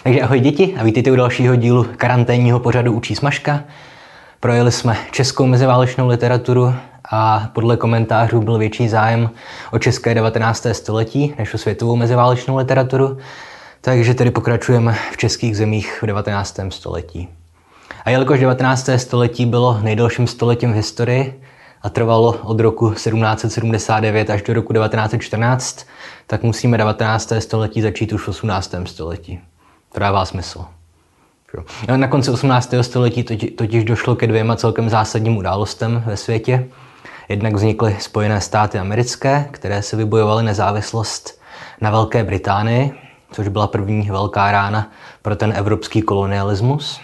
Takže ahoj děti a vítejte u dalšího dílu karanténního pořadu Učí Smažka. Projeli jsme českou meziválečnou literaturu a podle komentářů byl větší zájem o české 19. století než o světovou meziválečnou literaturu, takže tedy pokračujeme v českých zemích v 19. století. A jelikož 19. století bylo nejdelším stoletím v historii a trvalo od roku 1779 až do roku 1914, tak musíme 19. století začít už v 18. století. To dává smysl. Na konci 18. století totiž došlo ke dvěma celkem zásadním událostem ve světě. Jednak vznikly Spojené státy americké, které si vybojovaly nezávislost na Velké Británii, což byla první velká rána pro ten evropský kolonialismus.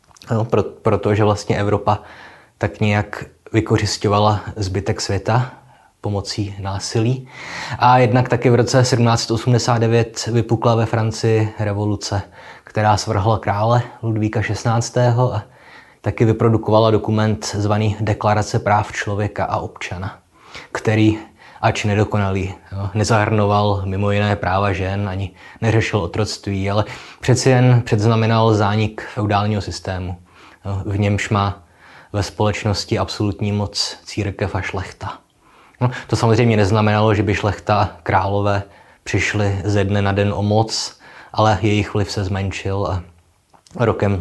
Protože vlastně Evropa tak nějak vykořisťovala zbytek světa pomocí násilí. A jednak taky v roce 1789 vypukla ve Francii revoluce, která svrhla krále Ludvíka XVI. A taky vyprodukovala dokument zvaný Deklarace práv člověka a občana, který, ač nedokonalý, nezahrnoval mimo jiné práva žen, ani neřešil otroctví, ale přeci jen předznamenal zánik feudálního systému. V němž má ve společnosti absolutní moc církev a šlechta. To samozřejmě neznamenalo, že by šlechta a králové přišli ze dne na den o moc, ale jejich vliv se zmenšil a rokem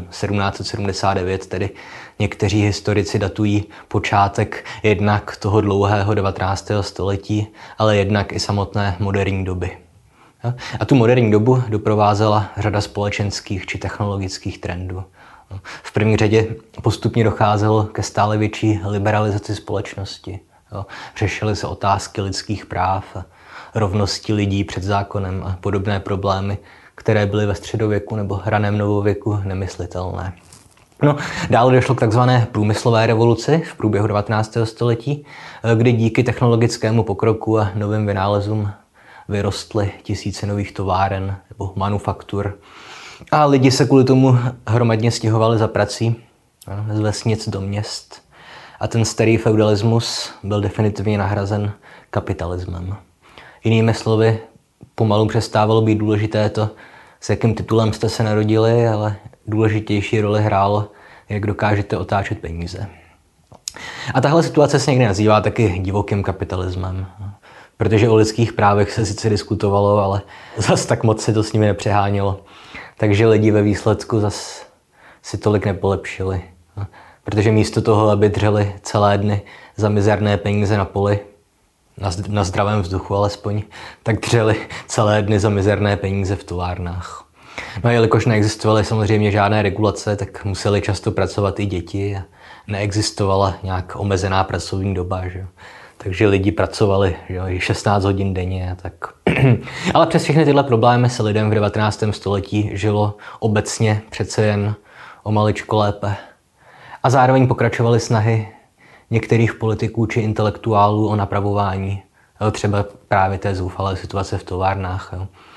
1779 tedy někteří historici datují počátek jednak toho dlouhého 19. století, ale jednak i samotné moderní doby. A tu moderní dobu doprovázela řada společenských či technologických trendů. V první řadě postupně docházelo ke stále větší liberalizaci společnosti. Řešily se otázky lidských práv, rovnosti lidí před zákonem a podobné problémy, které byly ve středověku nebo raném novověku nemyslitelné. Dále došlo k takzvané průmyslové revoluci v průběhu 19. století, kdy díky technologickému pokroku a novým vynálezům vyrostly tisíce nových továren nebo manufaktur. A lidi se kvůli tomu hromadně stěhovali za prací z vesnic do měst. A ten starý feudalismus byl definitivně nahrazen kapitalismem. Jinými slovy, pomalu přestávalo být důležité to, s jakým titulem jste se narodili, ale důležitější roli hrálo, jak dokážete otáčet peníze. A tahle situace se někdy nazývá taky divokým kapitalismem. Protože o lidských právech se sice diskutovalo, ale zas tak moc se to s nimi nepřehánělo. Takže lidi ve výsledku zas si tolik nepolepšili. Protože místo toho, aby dřeli celé dny za mizerné peníze na poli, na zdravém vzduchu alespoň, tak dřeli celé dny za mizerné peníze v továrnách. No a jelikož neexistovaly samozřejmě žádné regulace, tak museli často pracovat i děti a neexistovala nějak omezená pracovní doba. Že? Takže lidi pracovali 16 hodin denně. Tak. Ale přes všechny tyhle problémy se lidem v 19. století žilo obecně přece jen o maličko lépe. A zároveň pokračovaly snahy některých politiků či intelektuálů o napravování třeba právě té zoufalé situace v továrnách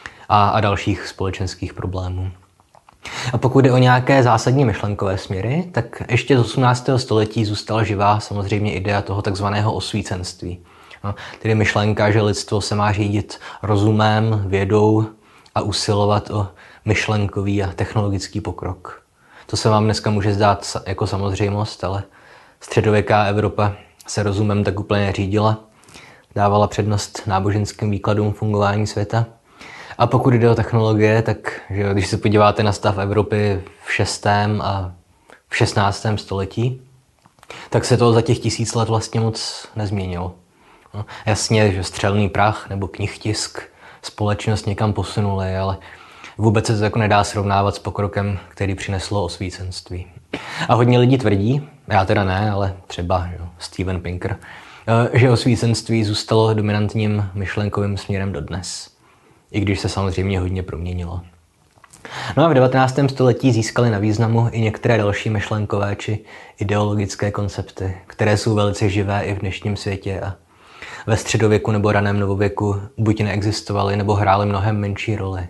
a dalších společenských problémů. A pokud jde o nějaké zásadní myšlenkové směry, tak ještě z 18. století zůstala živá samozřejmě idea toho takzvaného osvícenství. Tedy myšlenka, že lidstvo se má řídit rozumem, vědou a usilovat o myšlenkový a technologický pokrok. To se vám dneska může zdát jako samozřejmost, ale středověká Evropa se rozumem tak úplně neřídila, dávala přednost náboženským výkladům fungování světa. A pokud jde o technologie, tak že když se podíváte na stav Evropy v 6. a v 16. století, tak se to za těch 1000 let vlastně moc nezměnilo. Jasně, že střelný prach nebo knihtisk společnost někam posunuli, ale vůbec se to jako nedá srovnávat s pokrokem, který přineslo osvícenství. A hodně lidí tvrdí, já teda ne, ale třeba Steven Pinker, že osvícenství zůstalo dominantním myšlenkovým směrem dodnes. I když se samozřejmě hodně proměnilo. No a v 19. století získaly na významu i některé další myšlenkové či ideologické koncepty, které jsou velice živé i v dnešním světě a ve středověku nebo raném novověku buď neexistovaly nebo hrály mnohem menší roli.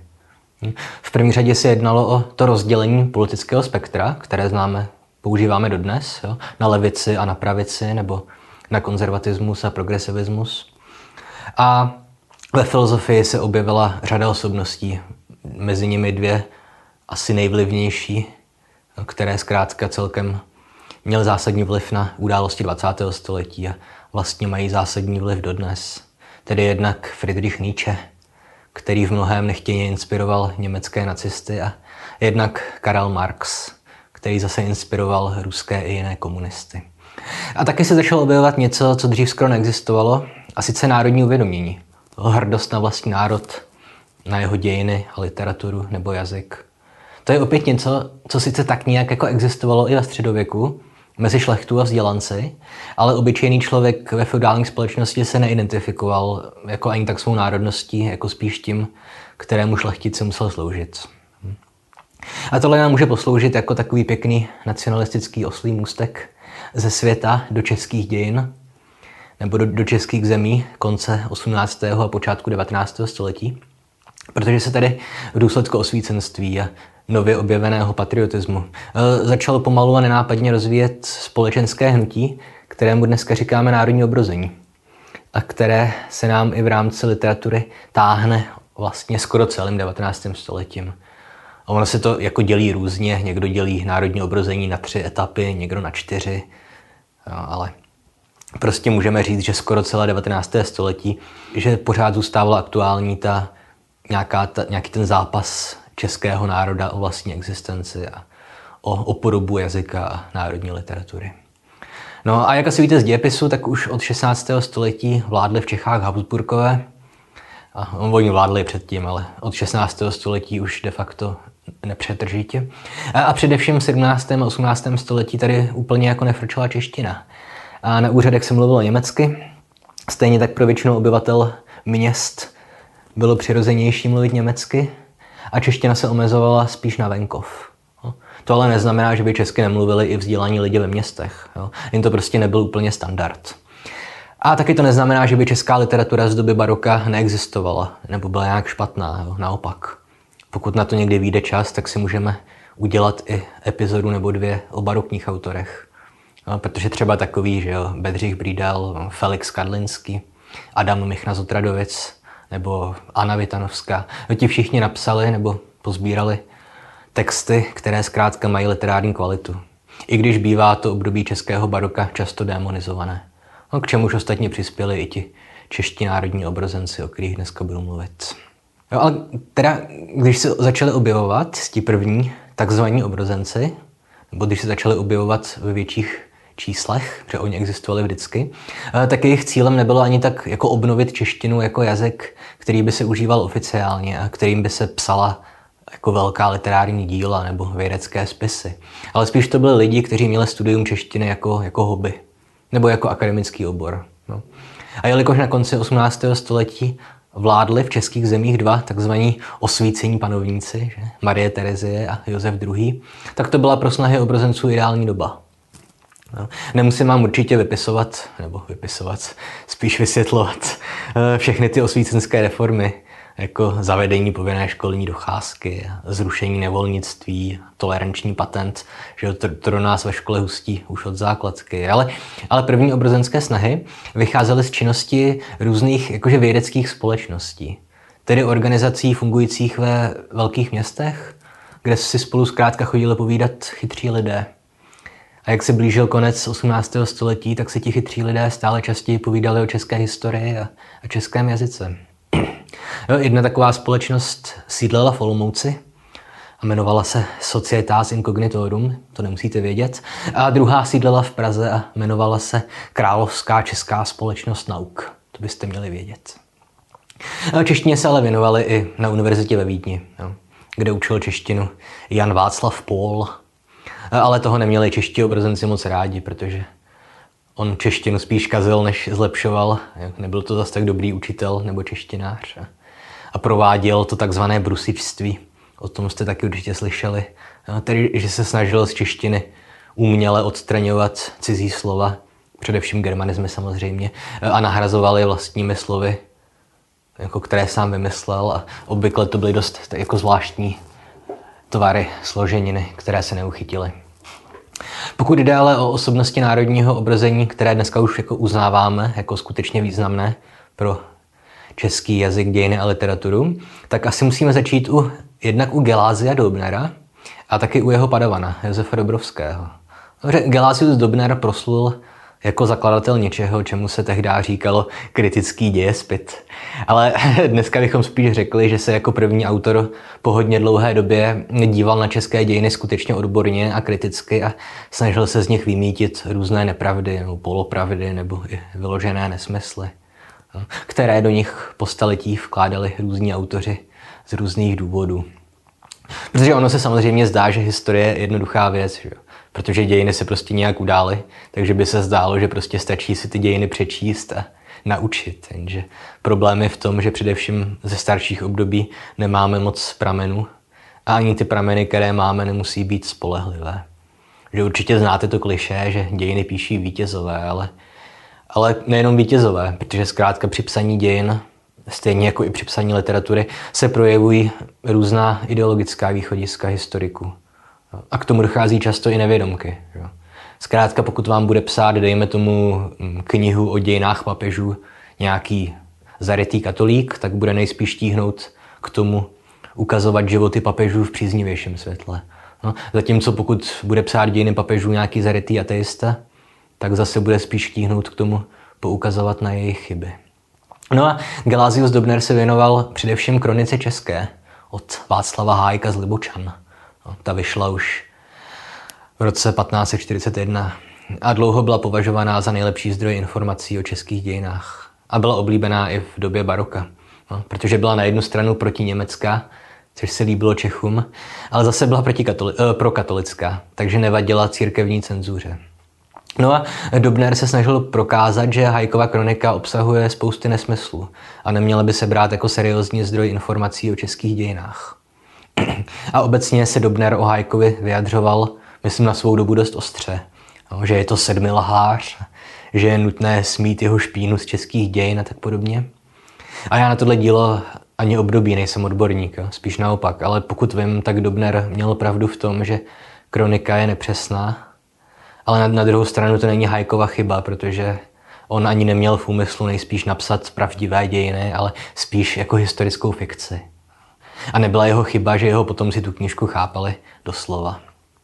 V první řadě se jednalo o to rozdělení politického spektra, které známe, používáme dodnes, na levici a na pravici, nebo na konzervatismus a progresivismus. A ve filozofii se objevila řada osobností, mezi nimi 2 asi nejvlivnější, které zkrátka celkem měl zásadní vliv na události 20. století a vlastně mají zásadní vliv dodnes. Tedy jednak Friedrich Nietzsche, který v mnohém nechtěně inspiroval německé nacisty, a jednak Karl Marx, který zase inspiroval ruské i jiné komunisty. A taky se začalo objevovat něco, co dřív skoro neexistovalo, a sice národní uvědomění. Hrdost na vlastní národ, na jeho dějiny a literaturu nebo jazyk. To je opět něco, co sice tak nějak jako existovalo i ve středověku, mezi šlechtu a vzdělanci, ale obyčejný člověk ve feudální společnosti se neidentifikoval jako ani tak svou národností, jako spíš tím, kterému šlechtici musel sloužit. A tohle nám může posloužit jako takový pěkný nacionalistický oslí můstek ze světa do českých dějin, nebo do českých zemí konce 18. a počátku 19. století, protože se tady v důsledku osvícenství a nově objeveného patriotismu začalo pomalu a nenápadně rozvíjet společenské hnutí, kterému dneska říkáme národní obrození a které se nám i v rámci literatury táhne vlastně skoro celým 19. stoletím. A ono se to jako dělí různě, někdo dělí národní obrození na 3 etapy, někdo na 4, ale prostě můžeme říct, že skoro celé 19. století, že pořád zůstávala aktuální nějaký ten zápas českého národa o vlastní existenci a o podobu jazyka a národní literatury. No a jak asi víte z dějepisu, tak už od 16. století vládli v Čechách Habsburkové. A oni vládli předtím, ale od 16. století už de facto nepřetržitě. A především v 17. a 18. století tady úplně jako nefrčela čeština. A na úřadech se mluvilo německy, stejně tak pro většinu obyvatel měst bylo přirozenější mluvit německy a čeština se omezovala spíš na venkov. To ale neznamená, že by česky nemluvili i vzdělaní lidi ve městech. Jen to prostě nebyl úplně standard. A taky to neznamená, že by česká literatura z doby baroka neexistovala nebo byla nějak špatná. Naopak. Pokud na to někdy vyjde čas, tak si můžeme udělat i epizodu nebo 2 o barokních autorech. Protože třeba takový, že jo, Bedřich Brídal, Felix Kadlinský, Adam Michna z Otradovic nebo Anna Vitanovská. Ti všichni napsali nebo pozbírali texty, které zkrátka mají literární kvalitu. I když bývá to období českého baroka často démonizované. K čemuž ostatně přispěli i ti čeští národní obrozenci, o kterých dneska budu mluvit. Jo, ale teda, když se začali objevovat ti první takzvaní obrozenci, nebo když se začali objevovat ve větších číslech, protože oni existovali vždycky, tak jejich cílem nebylo ani tak jako obnovit češtinu jako jazyk, který by se užíval oficiálně a kterým by se psala jako velká literární díla nebo vědecké spisy. Ale spíš to byli lidi, kteří měli studium češtiny jako hobby nebo jako akademický obor. No. A jelikož na konci 18. století vládli v českých zemích 2 takzvaní osvícení panovníci, že? Marie Terezie a Josef II., tak to byla pro snahy obrozenců ideální doba. No. Nemusím vám určitě vypisovat, spíš vysvětlovat všechny ty osvícenské reformy, jako zavedení povinné školní docházky, zrušení nevolnictví, toleranční patent, že to do nás ve škole hustí už od základky. Ale první obrozenské snahy vycházely z činnosti různých jakože vědeckých společností, tedy organizací fungujících ve velkých městech, kde si spolu zkrátka chodili povídat chytří lidé. A jak se blížil konec 18. století, tak se ti chytří lidé stále častěji povídali o české historii a českém jazyce. Jedna taková společnost sídlela v Olomouci a jmenovala se Societas Incognitorum, to nemusíte vědět. A druhá sídlela v Praze a jmenovala se Královská česká společnost nauk, to byste měli vědět. Češtině se ale věnovali i na univerzitě ve Vídni, kde učil češtinu Jan Václav Pól. Ale toho neměli čeští obrozenci moc rádi, protože on češtinu spíš kazil, než zlepšoval. Nebyl to zase tak dobrý učitel nebo češtinář. A prováděl to takzvané brusičství. O tom jste taky určitě slyšeli. Tedy, že se snažil z češtiny uměle odstraňovat cizí slova, především germanizmy samozřejmě, a nahrazoval je vlastními slovy, jako které sám vymyslel. A obvykle to byly dost jako zvláštní tvary, složeniny, které se neuchytily. Pokud jde ale o osobnosti národního obrození, které dneska už jako uznáváme jako skutečně významné pro český jazyk, dějiny a literaturu, tak asi musíme začít jednak u Gelásy a Daubnera, a taky u jeho padavana, Josefa Dobrovského. Gelasius Dobner proslul jako zakladatel něčeho, čemu se tehdy říkalo kritický dějespis. Ale dneska bychom spíš řekli, že se jako první autor po hodně dlouhé době díval na české dějiny skutečně odborně a kriticky a snažil se z nich vymýtit různé nepravdy nebo polopravdy nebo i vyložené nesmysly, které do nich po staletí vkládali různí autoři z různých důvodů. Protože ono se samozřejmě zdá, že historie je jednoduchá věc, že? Protože dějiny se prostě nějak udály, takže by se zdálo, že prostě stačí si ty dějiny přečíst a naučit. Jenže problém je v tom, že především ze starších období nemáme moc pramenů a ani ty prameny, které máme, nemusí být spolehlivé. Že určitě znáte to klišé, že dějiny píší vítězové, ale nejenom vítězové, protože zkrátka při psaní dějin, stejně jako i při psaní literatury, se projevují různá ideologická východiska historiků. A k tomu dochází často i nevědomky. Zkrátka, pokud vám bude psát, dejme tomu, knihu o dějinách papežů nějaký zarytý katolík, tak bude nejspíš tíhnout k tomu ukazovat životy papežů v příznivějším světle. Zatímco pokud bude psát dějiny papežů nějaký zarytý ateista, tak zase bude spíš tíhnout k tomu poukazovat na jejich chyby. No a Gelasius Dobner se věnoval především kronice české od Václava Hájka z Libočan. Ta vyšla už v roce 1541 a dlouho byla považovaná za nejlepší zdroj informací o českých dějinách. A byla oblíbená i v době baroka, protože byla na jednu stranu protiněmecká, což se líbilo Čechům, ale zase byla prokatolická, takže nevadila církevní cenzuře. No a Dobner se snažil prokázat, že Hájkova kronika obsahuje spousty nesmyslů a neměla by se brát jako seriózní zdroj informací o českých dějinách. A obecně se Dobner o Hájkovi vyjadřoval, myslím, na svou dobu dost ostře, že je to sedmilhář, že je nutné smít jeho špínu z českých dějin a tak podobně. A já na tohle dílo ani období nejsem odborník, spíš naopak, ale pokud vím, tak Dobner měl pravdu v tom, že kronika je nepřesná, ale na druhou stranu to není Hájkova chyba, protože on ani neměl v úmyslu nejspíš napsat pravdivé dějiny, ale spíš jako historickou fikci. A nebyla jeho chyba, že jeho potomci tu knížku chápali doslova.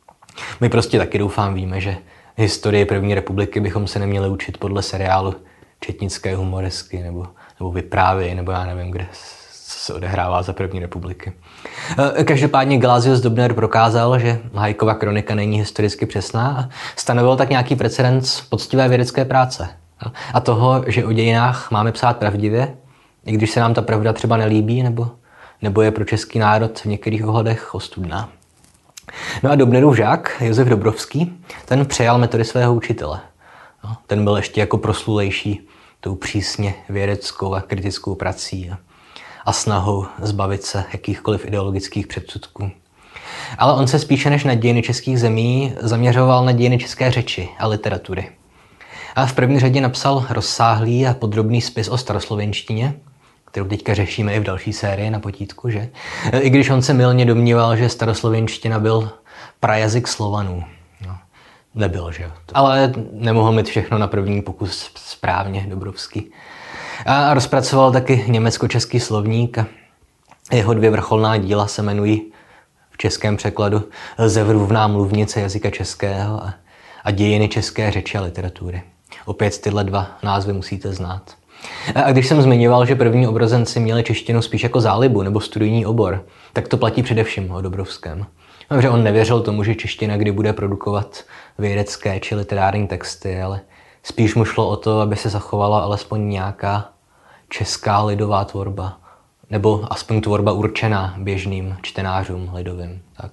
My prostě taky doufám víme, že historii první republiky bychom se neměli učit podle seriálu Četnické humoresky nebo Vyprávěj, nebo já nevím, kde se odehrává za první republiky. Každopádně Gelasius Dobner prokázal, že Hájkova kronika není historicky přesná a stanovil tak nějaký precedens poctivé vědecké práce. A toho, že o dějinách máme psát pravdivě, i když se nám ta pravda třeba nelíbí, nebo je pro český národ v některých ohledech ostudná. No a Dobnerův žák, Josef Dobrovský, ten přejal metody svého učitele. Ten byl ještě jako proslulejší tou přísně vědeckou a kritickou prací a snahou zbavit se jakýchkoliv ideologických předsudků. Ale on se spíše než na dějiny českých zemí zaměřoval na dějiny české řeči a literatury. A v první řadě napsal rozsáhlý a podrobný spis o staroslovenštině, kterou teďka řešíme i v další sérii na potítku, že? I když on se mylně domníval, že staroslovenština byl prajazyk Slovanů. No, nebyl, že jo? Ale nemohl mít všechno na první pokus správně, Dobrovský. A rozpracoval taky německo-český slovník a jeho 2 vrcholná díla se jmenují v českém překladu Zevrubná mluvnice jazyka českého a Dějiny české řeči a literatury. Opět tyhle 2 názvy musíte znát. A když jsem zmiňoval, že první obrozenci měli češtinu spíš jako zálibu nebo studijní obor, tak to platí především o Dobrovském. Protože on nevěřil tomu, že čeština kdy bude produkovat vědecké či literární texty, ale spíš mu šlo o to, aby se zachovala alespoň nějaká česká lidová tvorba, nebo aspoň tvorba určená běžným čtenářům lidovým. Tak.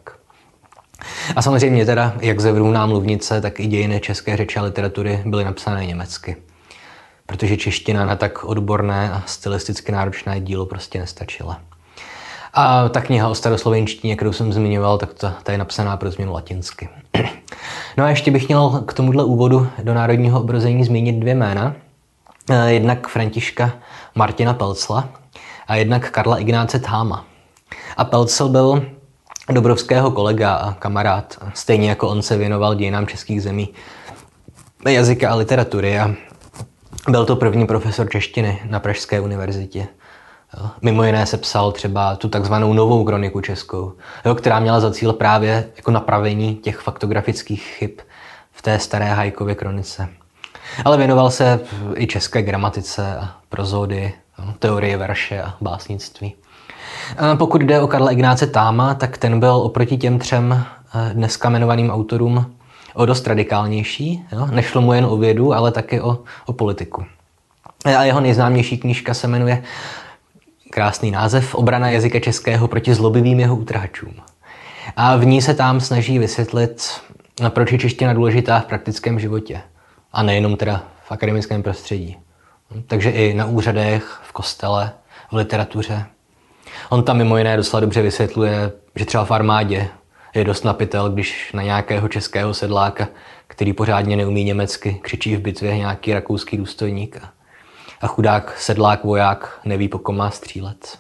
A samozřejmě teda, jak Zevrubná mluvnice, tak i Dějiny české řeči a literatury byly napsané německy. Protože čeština na tak odborné a stylisticky náročné dílo prostě nestačila. A ta kniha o staroslovenštině, kterou jsem zmiňoval, tak ta je napsaná pro změnu latinsky. No a ještě bych měl k tomuhle úvodu do národního obrození zmínit 2 jména. Jednak Františka Martina Pelcla a jednak Karla Ignáce Tháma. A Pelcl byl Dobrovského kolega a kamarád. Stejně jako on se věnoval dějinám českých zemí, jazyka a literatury a byl to první profesor češtiny na Pražské univerzitě. Jo. Mimo jiné se psal třeba tu takzvanou novou kroniku českou, jo, která měla za cíl právě jako napravení těch faktografických chyb v té staré Hájkově kronice. Ale věnoval se i české gramatice a prozody, teorie verše a básnictví. A pokud jde o Karla Ignáce Táma, tak ten byl oproti těm 3 dneska jmenovaným autorům o dost radikálnější. Jo? Nešlo mu jen o vědu, ale taky o politiku. A jeho nejznámější knížka se jmenuje, krásný název, Obrana jazyka českého proti zlobivým jeho útrhačům. A v ní se Tám snaží vysvětlit, proč je čeština důležitá v praktickém životě. A nejenom teda v akademickém prostředí. Takže i na úřadech, v kostele, v literatuře. On tam mimo jiné docela dobře vysvětluje, že třeba v armádě je dost napitel, když na nějakého českého sedláka, který pořádně neumí německy, křičí v bitvě nějaký rakouský důstojník a chudák sedlák voják neví, po kom má střílet.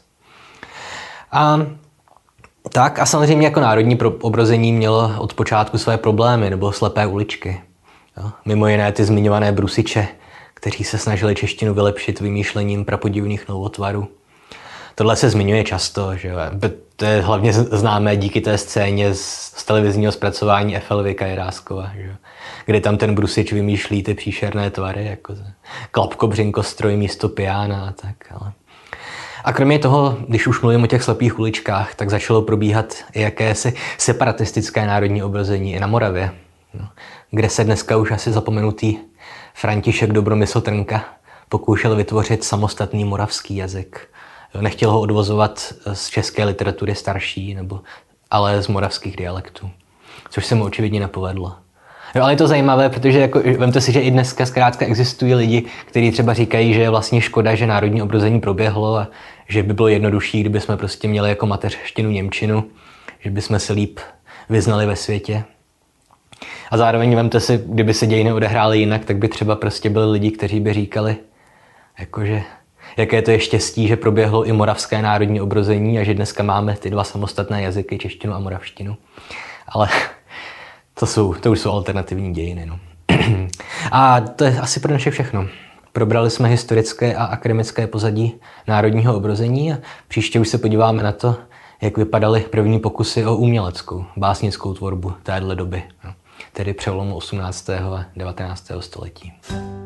A samozřejmě jako národní obrození mělo od počátku své problémy nebo slepé uličky. Jo? Mimo jiné ty zmiňované brusiče, kteří se snažili češtinu vylepšit vymýšlením prapodivných novotvarů. Tohle se zmiňuje často, že to je hlavně známé díky té scéně z televizního zpracování F.L. Jiráskova, že? Kde tam ten brusič vymýšlí ty příšerné tvary, jako klapko břinkostroj místo piana a tak. Ale. A kromě toho, když už mluvím o těch slepých uličkách, tak začalo probíhat i jakési separatistické národní obrození i na Moravě, no, kde se dneska už asi zapomenutý František Dobromysl Trnka pokoušel vytvořit samostatný moravský jazyk. Nechtěl ho odvozovat z české literatury starší, ale z moravských dialektů, což se mu očividně nepovedlo. Jo, ale je to zajímavé, protože jako, vemte si, že i dneska zkrátka existují lidi, kteří třeba říkají, že je vlastně škoda, že národní obrození proběhlo a že by bylo jednodušší, kdyby jsme prostě měli jako mateřštinu němčinu, že by jsme se líp vyznali ve světě. A zároveň vemte si, kdyby se dějiny odehrály jinak, tak by třeba prostě byli lidi, kteří by říkali, jakože jaké to je štěstí, že proběhlo i moravské národní obrození a že dneska máme ty 2 samostatné jazyky, češtinu a moravštinu. Ale to už jsou alternativní dějiny. No. A to je asi pro dnešek všechno. Probrali jsme historické a akademické pozadí národního obrození a příště už se podíváme na to, jak vypadaly první pokusy o uměleckou, básnickou tvorbu téhle doby, no, tedy přelomu 18. a 19. století.